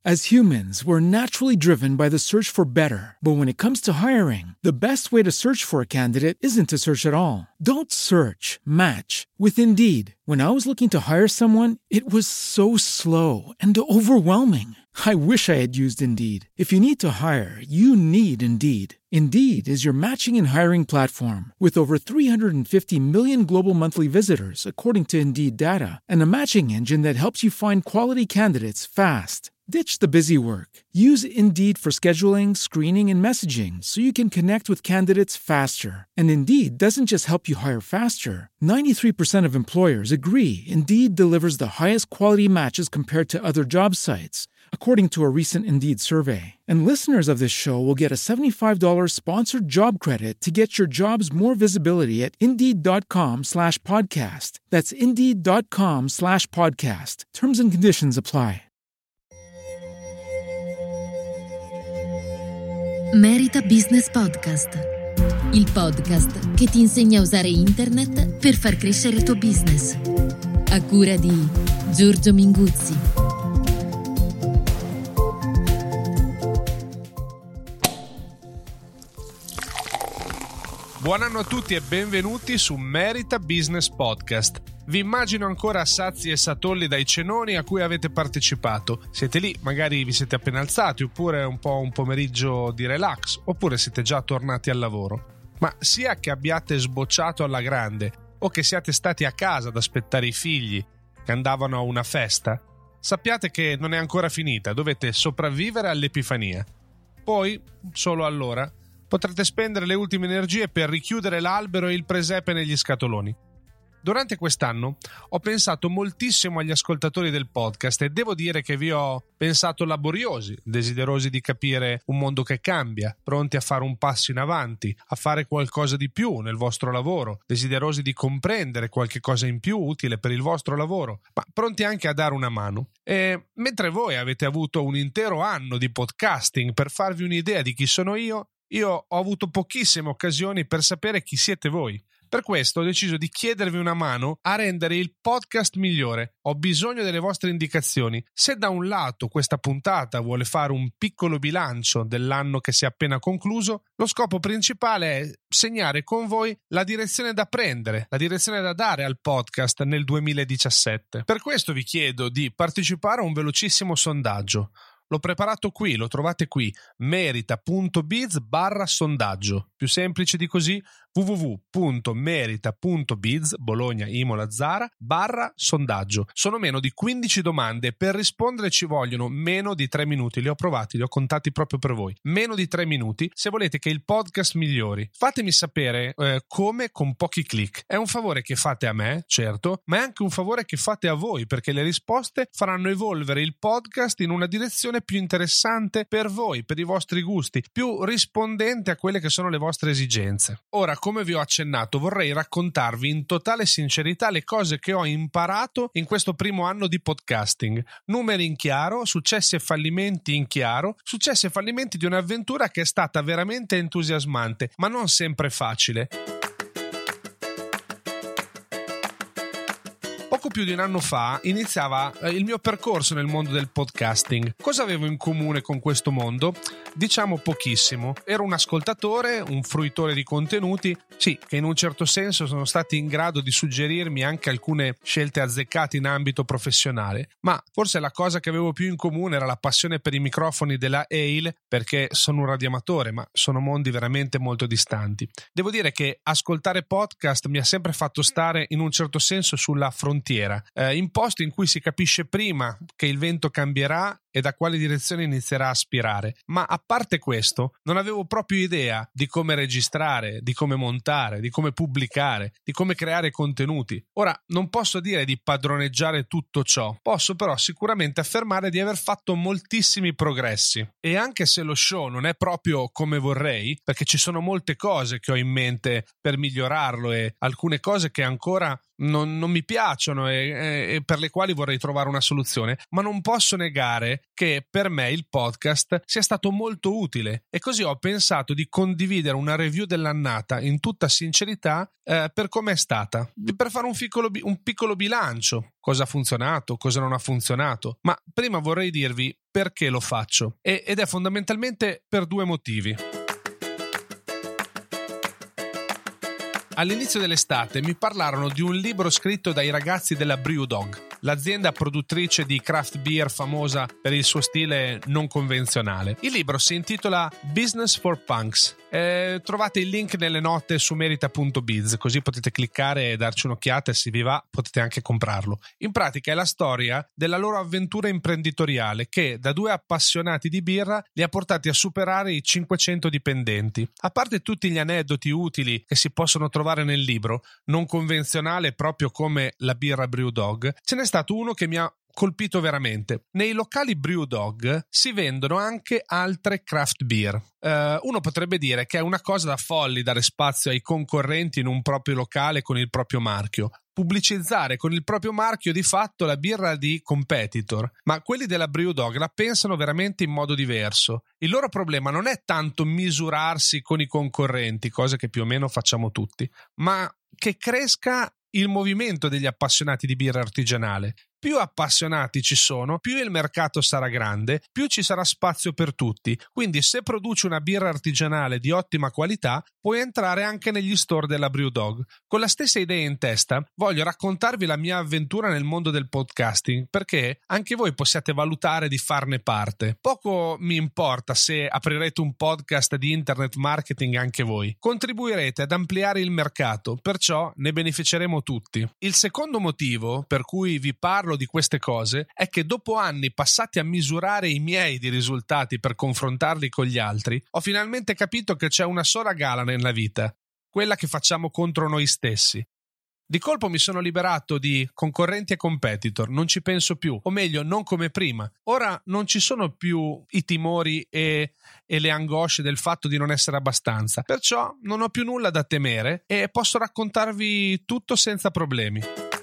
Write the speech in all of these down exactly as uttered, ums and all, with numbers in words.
As humans, we're naturally driven by the search for better. But when it comes to hiring, the best way to search for a candidate isn't to search at all. Don't search, match with Indeed. When I was looking to hire someone, it was so slow and overwhelming. I wish I had used Indeed. If you need to hire, you need Indeed. Indeed is your matching and hiring platform with over three hundred fifty million global monthly visitors, according to Indeed data, and a matching engine that helps you find quality candidates fast. Ditch the busy work. Use Indeed for scheduling, screening, and messaging so you can connect with candidates faster. And Indeed doesn't just help you hire faster. ninety-three percent of employers agree Indeed delivers the highest quality matches compared to other job sites, according to a recent Indeed survey. And listeners of this show will get a seventy-five dollars sponsored job credit to get your jobs more visibility at Indeed.com slash podcast. That's Indeed.com slash podcast. Terms and conditions apply. Merita Business Podcast, il podcast che ti insegna a usare internet per far crescere il tuo business. A cura di Giorgio Minguzzi. Buon anno a tutti e benvenuti su Merita Business Podcast. Vi immagino ancora sazi e satolli dai cenoni a cui avete partecipato. Siete lì, magari vi siete appena alzati, oppure è un po' un pomeriggio di relax, oppure siete già tornati al lavoro. Ma sia che abbiate sbocciato alla grande o che siate stati a casa ad aspettare i figli che andavano a una festa, sappiate che non è ancora finita, dovete sopravvivere all'Epifania. Poi, solo allora, potrete spendere le ultime energie per richiudere l'albero e il presepe negli scatoloni. Durante quest'anno ho pensato moltissimo agli ascoltatori del podcast e devo dire che vi ho pensato laboriosi, desiderosi di capire un mondo che cambia, pronti a fare un passo in avanti, a fare qualcosa di più nel vostro lavoro, desiderosi di comprendere qualche cosa in più utile per il vostro lavoro, ma pronti anche a dare una mano. E mentre voi avete avuto un intero anno di podcasting per farvi un'idea di chi sono io, io ho avuto pochissime occasioni per sapere chi siete voi. Per questo ho deciso di chiedervi una mano a rendere il podcast migliore. Ho bisogno delle vostre indicazioni. Se da un lato questa puntata vuole fare un piccolo bilancio dell'anno che si è appena concluso, lo scopo principale è segnare con voi la direzione da prendere, la direzione da dare al podcast nel duemiladiciassette. Per questo vi chiedo di partecipare a un velocissimo sondaggio. L'ho preparato qui, lo trovate qui, merita.biz barra sondaggio. Più semplice di così, www.merita.biz Bologna Imola Zara barra sondaggio. Sono meno di quindici domande, per rispondere ci vogliono meno di tre minuti. Li ho provati, li ho contati proprio per voi. Meno di tre minuti se volete che il podcast migliori. Fatemi sapere eh, come con pochi click. È un favore che fate a me, certo, ma è anche un favore che fate a voi, perché le risposte faranno evolvere il podcast in una direzione più interessante per voi, per i vostri gusti, più rispondente a quelle che sono le vostre esigenze. Ora, come vi ho accennato, vorrei raccontarvi in totale sincerità le cose che ho imparato in questo primo anno di podcasting. Numeri in chiaro, successi e fallimenti in chiaro, successi e fallimenti di un'avventura che è stata veramente entusiasmante, ma non sempre facile. Poco più di un anno fa iniziava il mio percorso nel mondo del podcasting. Cosa avevo in comune con questo mondo? Diciamo pochissimo. Ero un ascoltatore, un fruitore di contenuti, sì, che in un certo senso sono stati in grado di suggerirmi anche alcune scelte azzeccate in ambito professionale, ma forse la cosa che avevo più in comune era la passione per i microfoni della A I L, perché sono un radioamatore, ma sono mondi veramente molto distanti. Devo dire che ascoltare podcast mi ha sempre fatto stare in un certo senso sulla frontiera, eh, in posti in cui si capisce prima che il vento cambierà e da quale direzione inizierà a spirare. Ma a parte questo, non avevo proprio idea di come registrare, di come montare, di come pubblicare, di come creare contenuti. Ora, non posso dire di padroneggiare tutto ciò, posso però sicuramente affermare di aver fatto moltissimi progressi. E anche se lo show non è proprio come vorrei, perché ci sono molte cose che ho in mente per migliorarlo e alcune cose che ancora Non, non mi piacciono e, e, e per le quali vorrei trovare una soluzione, ma non posso negare che per me il podcast sia stato molto utile e così ho pensato di condividere una review dell'annata in tutta sincerità eh, per come è stata, per fare un piccolo, un piccolo bilancio, cosa ha funzionato, cosa non ha funzionato, ma prima vorrei dirvi perché lo faccio e, ed è fondamentalmente per due motivi. All'inizio dell'estate mi parlarono di un libro scritto dai ragazzi della BrewDog, l'azienda produttrice di craft beer famosa per il suo stile non convenzionale. Il libro si intitola Business for Punks. Eh, trovate il link nelle note su merita punto biz, così potete cliccare e darci un'occhiata e se vi va potete anche comprarlo. In pratica è la storia della loro avventura imprenditoriale che da due appassionati di birra li ha portati a superare i cinquecento dipendenti. A parte tutti gli aneddoti utili che si possono trovare nel libro, non convenzionale proprio come la birra BrewDog, ce n'è stato uno che mi ha colpito veramente. Nei locali BrewDog si vendono anche altre craft beer. Uh, uno potrebbe dire che è una cosa da folli dare spazio ai concorrenti in un proprio locale con il proprio marchio, pubblicizzare con il proprio marchio di fatto la birra di competitor, ma quelli della BrewDog la pensano veramente in modo diverso. Il loro problema non è tanto misurarsi con i concorrenti, cosa che più o meno facciamo tutti, ma che cresca il movimento degli appassionati di birra artigianale. Più appassionati ci sono, più il mercato sarà grande, più ci sarà spazio per tutti. Quindi se produci una birra artigianale di ottima qualità, puoi entrare anche negli store della BrewDog. Con la stessa idea in testa, voglio raccontarvi la mia avventura nel mondo del podcasting, perché anche voi possiate valutare di farne parte. Poco mi importa se aprirete un podcast di internet marketing anche voi. Contribuirete ad ampliare il mercato, perciò ne beneficeremo tutti. Il secondo motivo per cui vi parlo di queste cose è che dopo anni passati a misurare i miei di risultati per confrontarli con gli altri, ho finalmente capito che c'è una sola gara nella vita, quella che facciamo contro noi stessi. Di colpo mi sono liberato di concorrenti e competitor, non ci penso più, o meglio non come prima. Ora non ci sono più i timori e, e le angosce del fatto di non essere abbastanza, perciò non ho più nulla da temere e posso raccontarvi tutto senza problemi.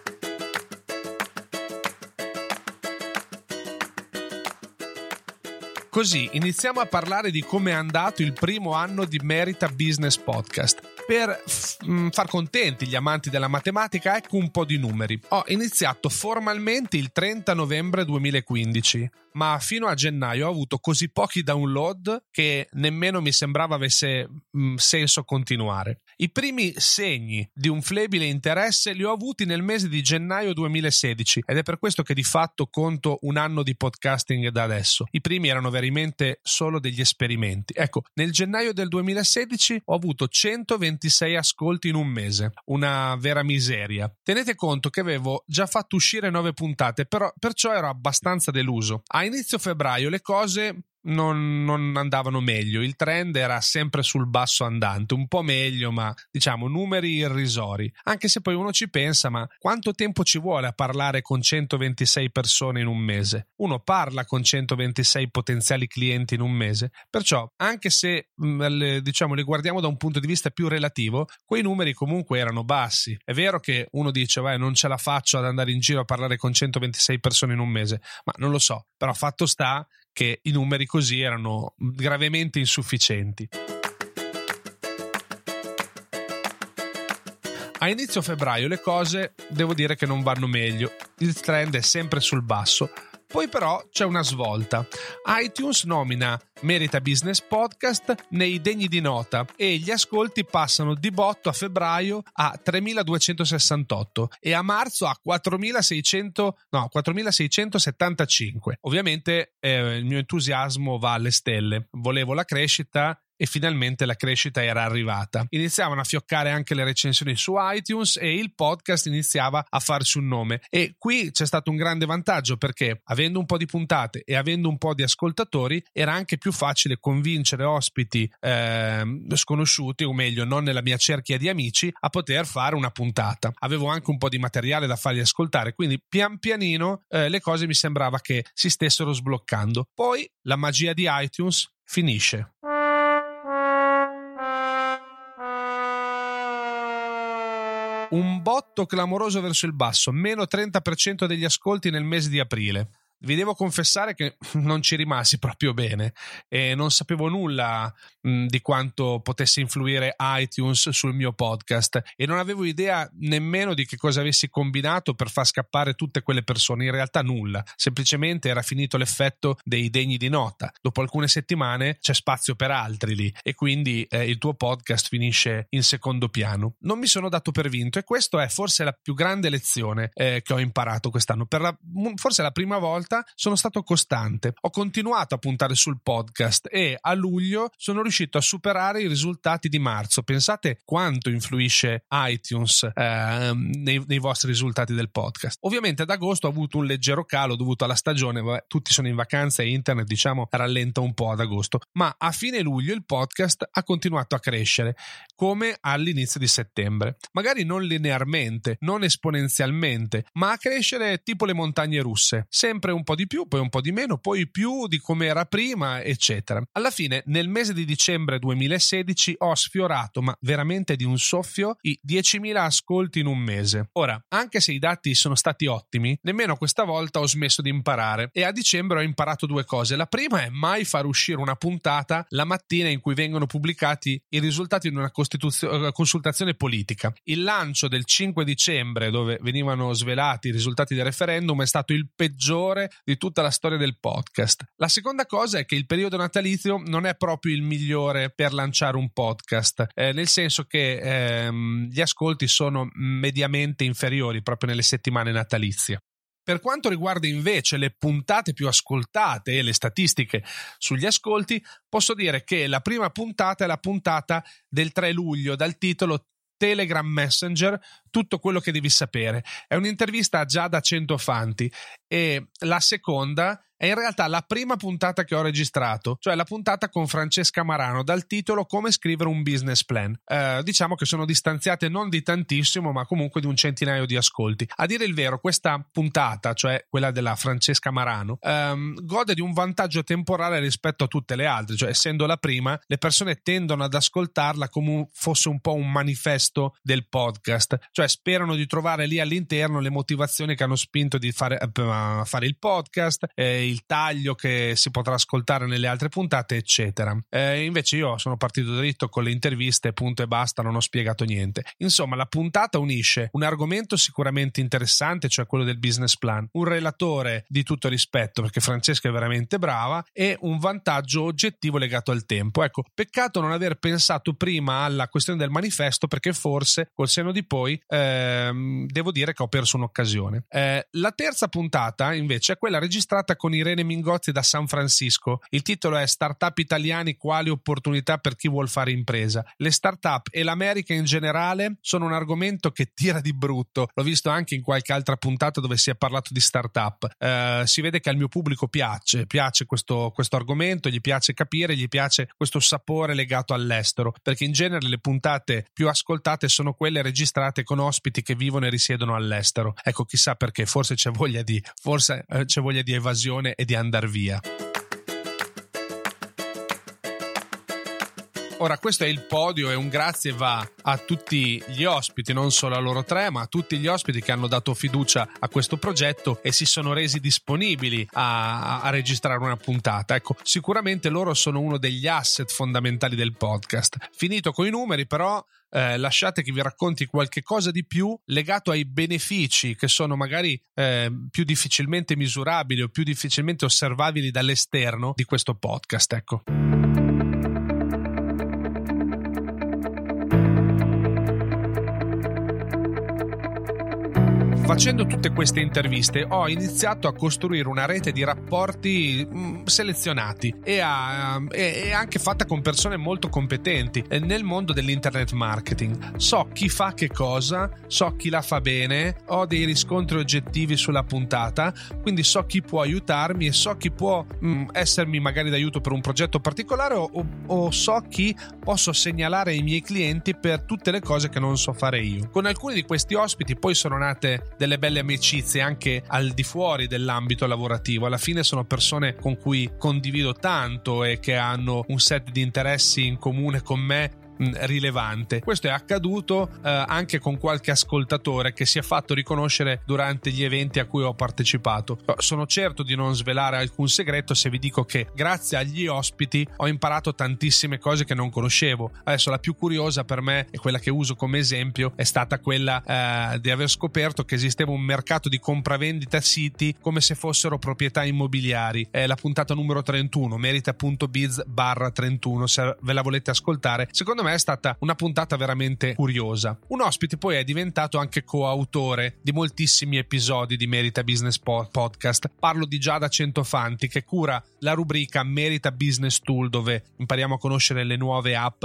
Così iniziamo a parlare di come è andato il primo anno di Merita Business Podcast. Per f- far contenti gli amanti della matematica, ecco un po' di numeri. Ho iniziato formalmente il trenta novembre duemilaquindici, ma fino a gennaio ho avuto così pochi download che nemmeno mi sembrava avesse mh, senso continuare. I primi segni di un flebile interesse li ho avuti nel mese di gennaio duemilasedici ed è per questo che di fatto conto un anno di podcasting da adesso. I primi erano veramente solo degli esperimenti. Ecco, nel gennaio del duemilasedici ho avuto centoventisei ascolti in un mese, una vera miseria. Tenete conto che avevo già fatto uscire nove puntate, però perciò ero abbastanza deluso. A inizio febbraio le cose Non, non andavano meglio, il trend era sempre sul basso andante, un po' meglio ma diciamo numeri irrisori, anche se poi uno ci pensa, ma quanto tempo ci vuole a parlare con centoventisei persone in un mese? Uno parla con centoventisei potenziali clienti in un mese, perciò anche se le, diciamo le guardiamo da un punto di vista più relativo, quei numeri comunque erano bassi. È vero che uno dice vai, non ce la faccio ad andare in giro a parlare con centoventisei persone in un mese, ma non lo so, però fatto sta che i numeri così erano gravemente insufficienti. A inizio febbraio le cose devo dire che non vanno meglio, il trend è sempre sul basso. Poi però c'è una svolta. iTunes nomina Merita Business Podcast nei degni di nota e gli ascolti passano di botto a febbraio a tremiladuecentosessantotto e a marzo a quattromilaseicento, no, quattromilaseicentosettantacinque. Ovviamente eh, il mio entusiasmo va alle stelle. Volevo la crescita e finalmente la crescita era arrivata. Iniziavano a fioccare anche le recensioni su iTunes e il podcast iniziava a farsi un nome. E qui c'è stato un grande vantaggio perché avendo un po' di puntate e avendo un po' di ascoltatori era anche più facile convincere ospiti eh, sconosciuti, o meglio non nella mia cerchia di amici, a poter fare una puntata. Avevo anche un po' di materiale da fargli ascoltare, quindi pian pianino eh, le cose mi sembrava che si stessero sbloccando. Poi la magia di iTunes finisce. Un botto clamoroso verso il basso, meno trenta per cento degli ascolti nel mese di aprile. vi devo confessare che non ci rimasi proprio bene e non sapevo nulla mh, di quanto potesse influire iTunes sul mio podcast e non avevo idea nemmeno di che cosa avessi combinato per far scappare tutte quelle persone. In realtà nulla, semplicemente era finito l'effetto dei degni di nota. Dopo alcune settimane c'è spazio per altri lì e quindi eh, il tuo podcast finisce in secondo piano. Non mi sono dato per vinto e questo è forse la più grande lezione eh, che ho imparato quest'anno. Per la, forse la prima volta sono stato costante, ho continuato a puntare sul podcast e a luglio sono riuscito a superare i risultati di marzo. Pensate quanto influisce iTunes eh, nei, nei vostri risultati del podcast. Ovviamente ad agosto ho avuto un leggero calo dovuto alla stagione, vabbè, tutti sono in vacanza e internet diciamo rallenta un po' ad agosto, ma a fine luglio il podcast ha continuato a crescere come all'inizio di settembre, magari non linearmente, non esponenzialmente, ma a crescere tipo le montagne russe, sempre un un po' di più, poi un po' di meno, poi più di come era prima, eccetera. Alla fine, nel mese di dicembre duemilasedici ho sfiorato, ma veramente di un soffio, i diecimila ascolti in un mese. Ora, anche se i dati sono stati ottimi, nemmeno questa volta ho smesso di imparare e a dicembre ho imparato due cose. La prima è mai far uscire una puntata la mattina in cui vengono pubblicati i risultati di una consultazione politica. Il lancio del cinque dicembre, dove venivano svelati i risultati del referendum, è stato il peggiore di tutta la storia del podcast. La seconda cosa è che il periodo natalizio non è proprio il migliore per lanciare un podcast, eh, nel senso che ehm, gli ascolti sono mediamente inferiori proprio nelle settimane natalizie. Per quanto riguarda invece le puntate più ascoltate e le statistiche sugli ascolti, posso dire che la prima puntata è la puntata del tre luglio dal titolo Telegram Messenger, tutto quello che devi sapere. È un'intervista a Giada Centofanti e la seconda è in realtà la prima puntata che ho registrato, cioè la puntata con Francesca Marano dal titolo Come scrivere un business plan. Eh, diciamo che sono distanziate non di tantissimo, ma comunque di un centinaio di ascolti. A dire il vero, questa puntata, cioè quella della Francesca Marano, ehm, gode di un vantaggio temporale rispetto a tutte le altre, cioè essendo la prima, le persone tendono ad ascoltarla come un, fosse un po' un manifesto del podcast, cioè sperano di trovare lì all'interno le motivazioni che hanno spinto di fare, a fare il podcast, eh, il taglio che si potrà ascoltare nelle altre puntate, eccetera. Eh, invece io sono partito dritto con le interviste, punto e basta, non ho spiegato niente. Insomma, la puntata unisce un argomento sicuramente interessante, cioè quello del business plan, un relatore di tutto rispetto, perché Francesca è veramente brava, e un vantaggio oggettivo legato al tempo. Ecco, peccato non aver pensato prima alla questione del manifesto, perché forse col senno di poi ehm, devo dire che ho perso un'occasione. Eh, la terza puntata invece è quella registrata con Irene Mingozzi da San Francisco. Il titolo è Startup italiani, quali opportunità per chi vuol fare impresa. Le startup e l'America in generale sono un argomento che tira di brutto. L'ho visto anche in qualche altra puntata dove si è parlato di startup. Eh, si vede che al mio pubblico piace, piace questo, questo argomento, gli piace capire, gli piace questo sapore legato all'estero, perché in genere le puntate più ascoltate sono quelle registrate con ospiti che vivono e risiedono all'estero. Ecco, chissà perché, forse c'è voglia di, forse eh, c'è voglia di evasione e di andar via. Ora, questo è il podio e un grazie va a tutti gli ospiti, non solo a loro tre, ma a tutti gli ospiti che hanno dato fiducia a questo progetto e si sono resi disponibili a, a registrare una puntata. Ecco, sicuramente loro sono uno degli asset fondamentali del podcast. Finito con i numeri, però, Eh, lasciate che vi racconti qualche cosa di più legato ai benefici che sono magari eh, più difficilmente misurabili o più difficilmente osservabili dall'esterno di questo podcast. Ecco. Facendo tutte queste interviste ho iniziato a costruire una rete di rapporti mh, selezionati e, a, e, e anche fatta con persone molto competenti nel mondo dell'internet marketing. So chi fa che cosa, so chi la fa bene, ho dei riscontri oggettivi sulla puntata, quindi so chi può aiutarmi e so chi può mh, essermi magari d'aiuto per un progetto particolare o, o, o so chi posso segnalare ai miei clienti per tutte le cose che non so fare io. Con alcuni di questi ospiti poi sono nate delle belle amicizie anche al di fuori dell'ambito lavorativo. Alla fine sono persone con cui condivido tanto e che hanno un set di interessi in comune con me mh, rilevante. Questo è accaduto eh, anche con qualche ascoltatore che si è fatto riconoscere durante gli eventi a cui ho partecipato. Sono certo di non svelare alcun segreto se vi dico che grazie agli ospiti ho imparato tantissime cose che non conoscevo. Adesso la più curiosa per me, e quella che uso come esempio, è stata quella eh, di aver scoperto che esisteva un mercato di compravendita siti come se fossero proprietà immobiliari. È la puntata numero trentuno, merita.biz barra trentuno, se ve la volete ascoltare. Secondo me è stata una puntata veramente curiosa. Un ospite poi è diventato anche coautore di moltissimi episodi di Merita Business Podcast. Parlo di Giada Centofanti, che cura la rubrica Merita Business Tool, dove impariamo a conoscere le nuove app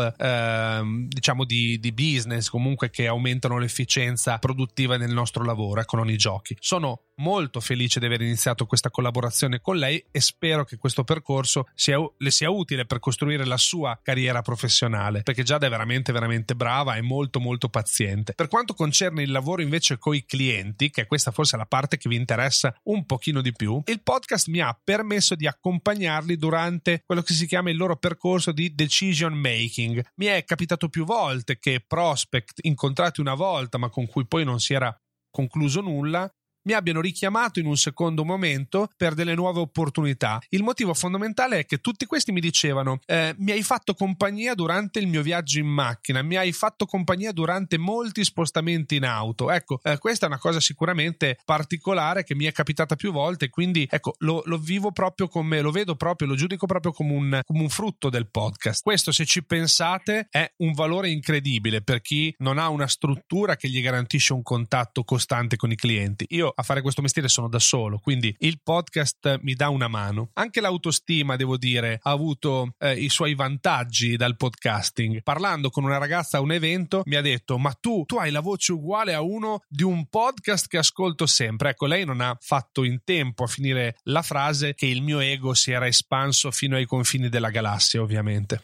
eh, diciamo di, di business, comunque che aumentano l'efficienza produttiva nel nostro lavoro eh, con i giochi. Sono molto felice di aver iniziato questa collaborazione con lei e spero che questo percorso sia, le sia utile per costruire la sua carriera professionale, perché Giada è veramente veramente brava e molto molto paziente. Per quanto concerne il lavoro invece coi clienti, che questa forse è la parte che vi interessa un pochino di più, il podcast mi ha permesso di accompagnarli durante quello che si chiama il loro percorso di decision making. Mi è capitato più volte che prospect incontrati una volta ma con cui poi non si era concluso nulla mi abbiano richiamato in un secondo momento per delle nuove opportunità. Il motivo fondamentale è che tutti questi mi dicevano eh, mi hai fatto compagnia durante il mio viaggio in macchina, mi hai fatto compagnia durante molti spostamenti in auto. Ecco, eh, questa è una cosa sicuramente particolare che mi è capitata più volte, quindi ecco, lo, lo vivo proprio come, lo vedo proprio, lo giudico proprio come un, come un frutto del podcast. Questo, se ci pensate, è un valore incredibile per chi non ha una struttura che gli garantisce un contatto costante con i clienti. Io a fare questo mestiere sono da solo, quindi il podcast mi dà una mano. Anche l'autostima, devo dire, ha avuto eh, i suoi vantaggi dal podcasting. Parlando con una ragazza a un evento mi ha detto ma tu, tu hai la voce uguale a uno di un podcast che ascolto sempre. Ecco, lei non ha fatto in tempo a finire la frase che il mio ego si era espanso fino ai confini della galassia, ovviamente.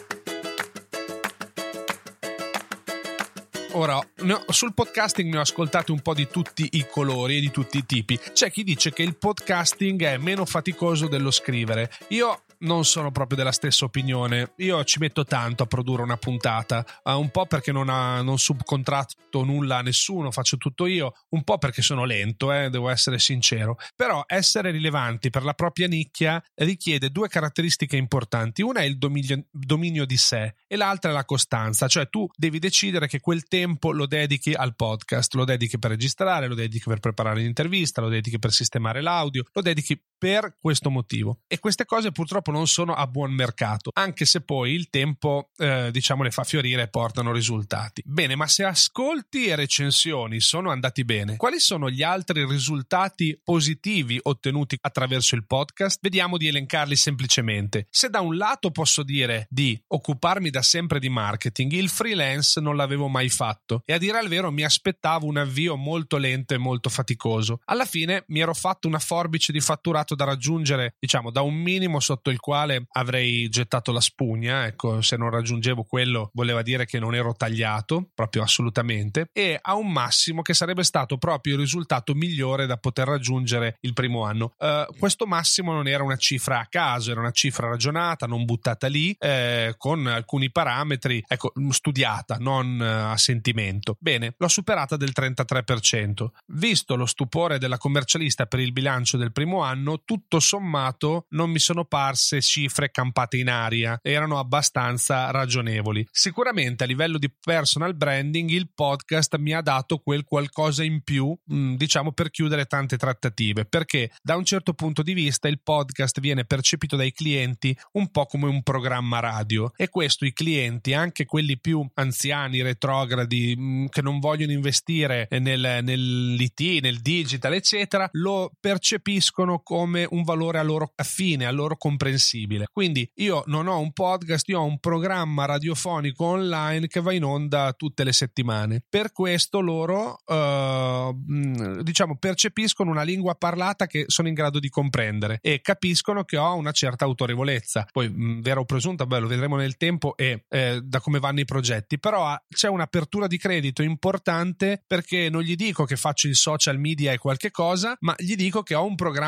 Ora, sul podcasting ne ho ascoltati un po' di tutti i colori e di tutti i tipi. C'è chi dice che il podcasting è meno faticoso dello scrivere. Io non sono proprio della stessa opinione. Io ci metto tanto a produrre una puntata, uh, un po' perché non, ha, non subcontratto nulla a nessuno, faccio tutto io, un po' perché sono lento, eh, devo essere sincero. Però essere rilevanti per la propria nicchia richiede due caratteristiche importanti. Una è il dominio, dominio di sé e l'altra è la costanza, cioè tu devi decidere che quel tempo lo dedichi al podcast, lo dedichi per registrare, lo dedichi per preparare l'intervista, lo dedichi per sistemare l'audio, lo dedichi per questo motivo. E queste cose purtroppo non sono a buon mercato, anche se poi il tempo eh, diciamo le fa fiorire e portano risultati. Bene, ma se ascolti e recensioni sono andati bene, quali sono gli altri risultati positivi ottenuti attraverso il podcast? Vediamo di elencarli semplicemente. Se da un lato posso dire di occuparmi da sempre di marketing, il freelance non l'avevo mai fatto e a dire al vero mi aspettavo un avvio molto lento e molto faticoso. Alla fine mi ero fatto una forbice di fatturato da raggiungere, diciamo, da un minimo sotto il quale avrei gettato la spugna, ecco, se non raggiungevo quello voleva dire che non ero tagliato, proprio assolutamente, e a un massimo che sarebbe stato proprio il risultato migliore da poter raggiungere il primo anno. Uh, questo massimo non era una cifra a caso, era una cifra ragionata, non buttata lì, eh, con alcuni parametri, ecco, studiata, non uh, a sentimento. Bene, l'ho superata del trentatré per cento. Visto lo stupore della commercialista per il bilancio del primo anno, tutto sommato non mi sono parse cifre campate in aria, erano abbastanza ragionevoli. Sicuramente a livello di personal branding il podcast mi ha dato quel qualcosa in più, diciamo, per chiudere tante trattative, perché da un certo punto di vista il podcast viene percepito dai clienti un po' come un programma radio, e questo i clienti, anche quelli più anziani, retrogradi, che non vogliono investire nel, nell'I T, nel digital eccetera, lo percepiscono come un valore a loro affine, a loro comprensibile. Quindi io non ho un podcast, io ho un programma radiofonico online che va in onda tutte le settimane. Per questo loro uh, diciamo percepiscono una lingua parlata che sono in grado di comprendere e capiscono che ho una certa autorevolezza. Poi mh, vera o presunta, beh, lo vedremo nel tempo e eh, da come vanno i progetti, però ah, c'è un'apertura di credito importante, perché non gli dico che faccio il social media e qualche cosa, ma gli dico che ho un programma radiofonico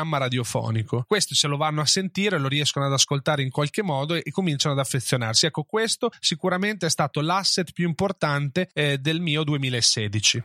radiofonico. Questo se lo vanno a sentire, lo riescono ad ascoltare in qualche modo e, e cominciano ad affezionarsi. Ecco, questo sicuramente è stato l'asset più importante eh, del mio duemilasedici.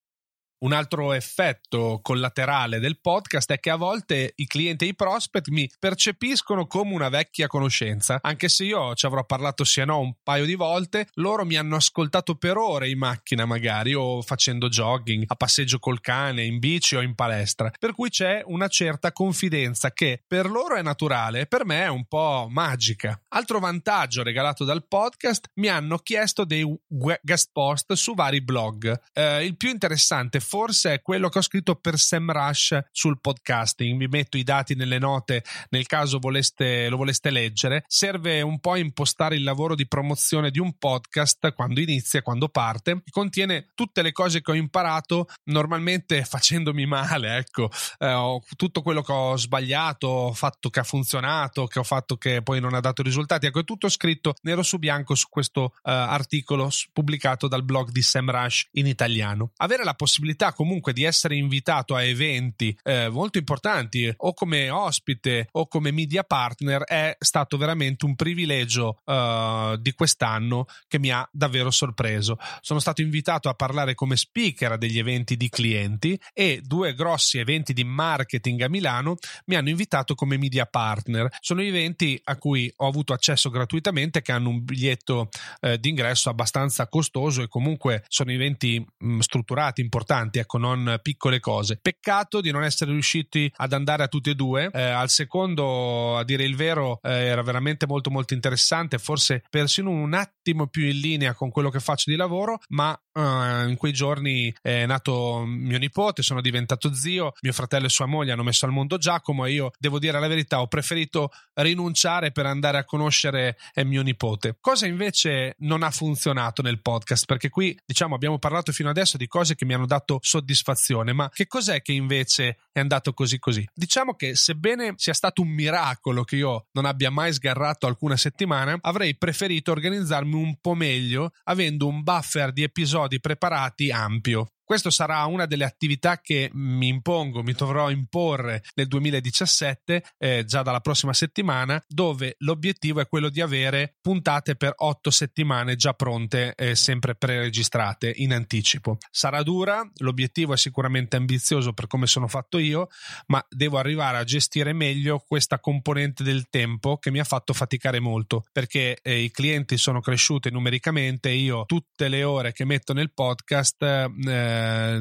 Un altro effetto collaterale del podcast è che a volte i clienti e i prospect mi percepiscono come una vecchia conoscenza, anche se io ci avrò parlato sì e no un paio di volte. Loro mi hanno ascoltato per ore in macchina magari, o facendo jogging, a passeggio col cane, in bici o in palestra, per cui c'è una certa confidenza che per loro è naturale, per me è un po' magica. Altro vantaggio regalato dal podcast: mi hanno chiesto dei guest post su vari blog. Eh, il più interessante forse è quello che ho scritto per SEMrush sul podcasting. Vi metto i dati nelle note nel caso voleste, lo voleste leggere. Serve un po' impostare il lavoro di promozione di un podcast quando inizia, quando parte. Contiene tutte le cose che ho imparato, normalmente facendomi male, ecco, eh, ho tutto quello che ho sbagliato, ho fatto che ha funzionato, che ho fatto che poi non ha dato risultati. Ecco, è tutto scritto nero su bianco su questo uh, articolo pubblicato dal blog di SEMrush in italiano. Avere la possibilità comunque di essere invitato a eventi eh, molto importanti o come ospite o come media partner è stato veramente un privilegio uh, di quest'anno che mi ha davvero sorpreso. Sono stato invitato a parlare come speaker a degli eventi di clienti e due grossi eventi di marketing a Milano mi hanno invitato come media partner. Sono eventi a cui ho avuto accesso gratuitamente, che hanno un biglietto eh, d'ingresso abbastanza costoso e comunque sono eventi mh, strutturati, importanti, ecco, non piccole cose. Peccato di non essere riusciti ad andare a tutti e due. Eh, al secondo, a dire il vero, eh, era veramente molto molto interessante, forse persino un attimo più in linea con quello che faccio di lavoro, ma eh, in quei giorni è nato mio nipote, sono diventato zio, mio fratello e sua moglie hanno messo al mondo Giacomo e io, devo dire la verità, ho preferito rinunciare per andare a conoscere eh, mio nipote. Cosa invece non ha funzionato nel podcast? Perché qui, diciamo, abbiamo parlato fino adesso di cose che mi hanno dato soddisfazione, ma che cos'è che invece è andato così così? Diciamo che sebbene sia stato un miracolo che io non abbia mai sgarrato alcuna settimana, avrei preferito organizzarmi un po' meglio avendo un buffer di episodi preparati ampio. Questo sarà una delle attività che mi impongo, mi dovrò imporre nel duemiladiciassette, eh, già dalla prossima settimana, dove l'obiettivo è quello di avere puntate per otto settimane già pronte, eh, sempre preregistrate in anticipo. Sarà dura, l'obiettivo è sicuramente ambizioso per come sono fatto io, ma devo arrivare a gestire meglio questa componente del tempo che mi ha fatto faticare molto, perché eh, i clienti sono cresciuti numericamente e io tutte le ore che metto nel podcast eh,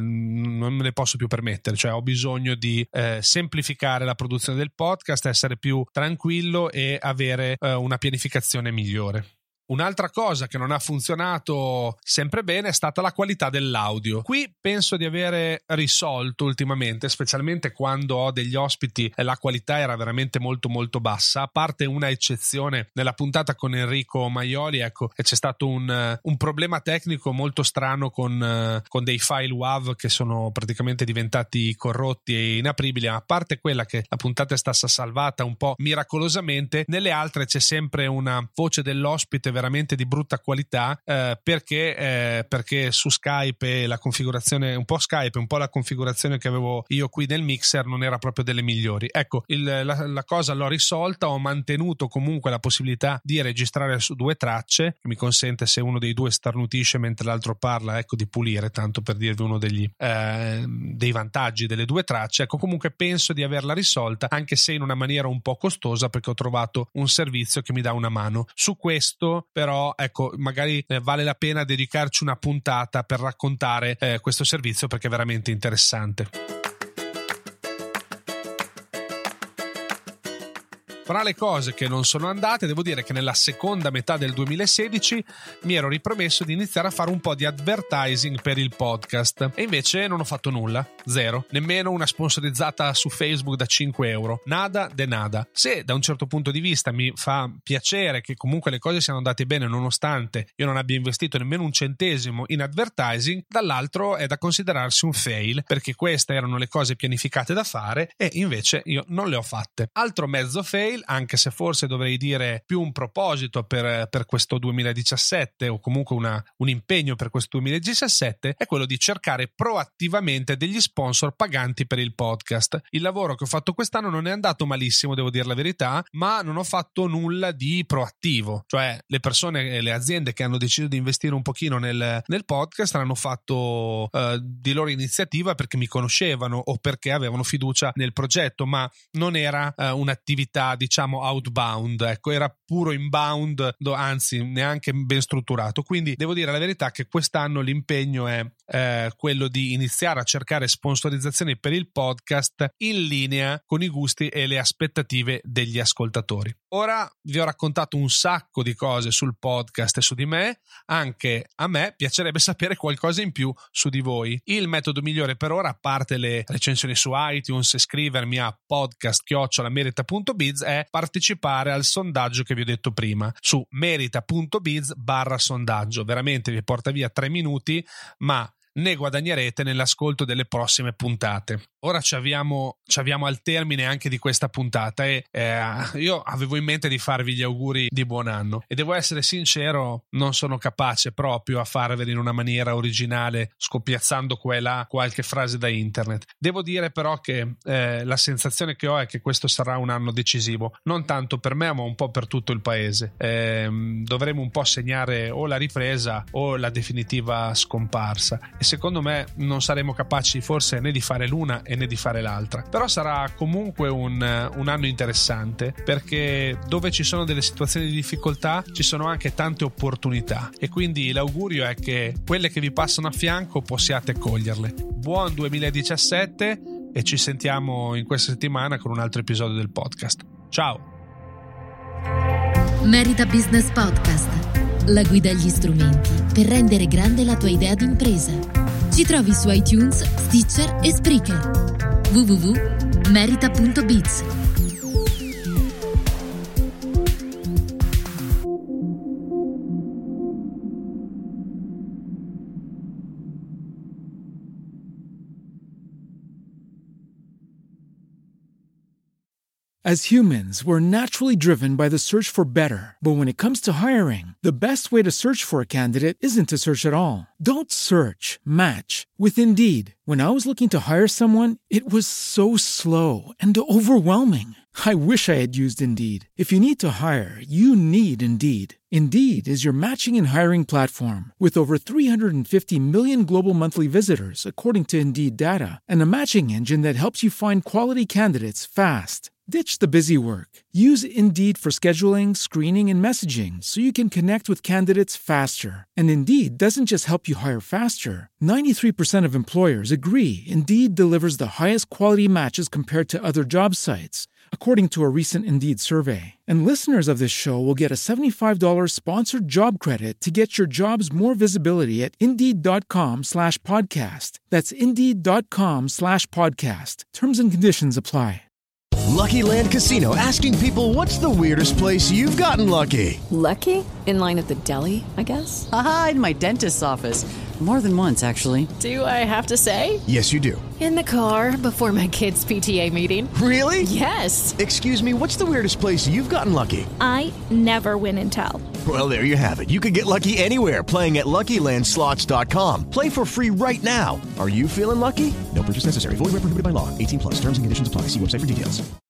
non me ne posso più permettere, cioè ho bisogno di eh, semplificare la produzione del podcast, essere più tranquillo e avere eh, una pianificazione migliore. Un'altra cosa che non ha funzionato sempre bene è stata la qualità dell'audio. Qui penso di avere risolto ultimamente, specialmente quando ho degli ospiti e la qualità era veramente molto molto bassa, a parte una eccezione nella puntata con Enrico Maioli, ecco, e c'è stato un, un problema tecnico molto strano con, con dei file W A V che sono praticamente diventati corrotti e inapribili. A parte quella che la puntata è stata salvata un po' miracolosamente, nelle altre c'è sempre una voce dell'ospite veramente di brutta qualità, eh, perché eh, perché su Skype la configurazione, un po' Skype, un po' la configurazione che avevo io qui nel mixer non era proprio delle migliori. Ecco, il, la, la cosa l'ho risolta, ho mantenuto comunque la possibilità di registrare su due tracce, che mi consente, se uno dei due starnutisce mentre l'altro parla, ecco, di pulire, tanto per dirvi uno degli eh, dei vantaggi delle due tracce. Ecco, comunque penso di averla risolta, anche se in una maniera un po' costosa, perché ho trovato un servizio che mi dà una mano. Su questo però, ecco, magari eh, vale la pena dedicarci una puntata per raccontare eh, questo servizio, perché è veramente interessante. Fra le cose che non sono andate, devo dire che nella seconda metà del duemilasedici mi ero ripromesso di iniziare a fare un po' di advertising per il podcast e invece non ho fatto nulla, zero, nemmeno una sponsorizzata su Facebook da cinque euro, nada de nada. Se da un certo punto di vista mi fa piacere che comunque le cose siano andate bene nonostante io non abbia investito nemmeno un centesimo in advertising, dall'altro è da considerarsi un fail, perché queste erano le cose pianificate da fare e invece io non le ho fatte. Altro mezzo fail retail, anche se forse dovrei dire più un proposito per, per questo duemiladiciassette, o comunque una, un impegno per questo duemiladiciassette, è quello di cercare proattivamente degli sponsor paganti per il podcast. Il lavoro che ho fatto quest'anno non è andato malissimo, devo dire la verità, ma non ho fatto nulla di proattivo, cioè le persone e le aziende che hanno deciso di investire un pochino nel, nel podcast l'hanno fatto eh, di loro iniziativa perché mi conoscevano o perché avevano fiducia nel progetto, ma non era eh, un'attività diciamo outbound, ecco, era puro inbound, anzi neanche ben strutturato. Quindi devo dire la verità che quest'anno l'impegno è eh, quello di iniziare a cercare sponsorizzazioni per il podcast in linea con i gusti e le aspettative degli ascoltatori. Ora vi ho raccontato un sacco di cose sul podcast e su di me, anche a me piacerebbe sapere qualcosa in più su di voi. Il metodo migliore per ora, a parte le recensioni su iTunes e scrivermi a podcast chiocciola merita punto biz, è partecipare al sondaggio che vi ho detto prima su merita punto biz barra sondaggio. Veramente vi porta via tre minuti, ma ne guadagnerete nell'ascolto delle prossime puntate. Ora ci avviamo, ci avviamo al termine anche di questa puntata e eh, io avevo in mente di farvi gli auguri di buon anno e devo essere sincero, non sono capace proprio a farveli in una maniera originale, scoppiazzando qua e là qualche frase da internet. Devo dire però che eh, la sensazione che ho è che questo sarà un anno decisivo, non tanto per me ma un po' per tutto il paese. Eh, dovremo un po' segnare o la ripresa o la definitiva scomparsa e secondo me non saremo capaci forse né di fare l'una e né di fare l'altra, però sarà comunque un, un anno interessante, perché dove ci sono delle situazioni di difficoltà ci sono anche tante opportunità e quindi l'augurio è che quelle che vi passano a fianco possiate coglierle. Buon duemiladiciassette e ci sentiamo in questa settimana con un altro episodio del podcast. Ciao! Merita Business Podcast, la guida agli strumenti per rendere grande la tua idea d'impresa. Ci trovi su iTunes, Stitcher e Spreaker. w w w punto merita punto biz. As humans, we're naturally driven by the search for better. But when it comes to hiring, the best way to search for a candidate isn't to search at all. Don't search, match with Indeed. When I was looking to hire someone, it was so slow and overwhelming. I wish I had used Indeed. If you need to hire, you need Indeed. Indeed is your matching and hiring platform with over three hundred fifty million global monthly visitors, according to Indeed data, and a matching engine that helps you find quality candidates fast. Ditch the busy work. Use Indeed for scheduling, screening, and messaging so you can connect with candidates faster. And Indeed doesn't just help you hire faster. ninety-three percent of employers agree Indeed delivers the highest quality matches compared to other job sites, according to a recent Indeed survey. And listeners of this show will get a seventy-five dollars sponsored job credit to get your jobs more visibility at Indeed.com slash podcast. That's Indeed.com slash podcast. Terms and conditions apply. Lucky Land Casino, asking people, what's the weirdest place you've gotten lucky? Lucky? In line at the deli, I guess? Aha, in my dentist's office. More than once, actually. Do I have to say? Yes, you do. In the car before my kids' P T A meeting. Really? Yes. Excuse me, what's the weirdest place you've gotten lucky? I never win and tell. Well, there you have it. You can get lucky anywhere, playing at Lucky Land Slots dot com. Play for free right now. Are you feeling lucky? No purchase necessary. Void where prohibited by law. eighteen plus. Terms and conditions apply. See website for details.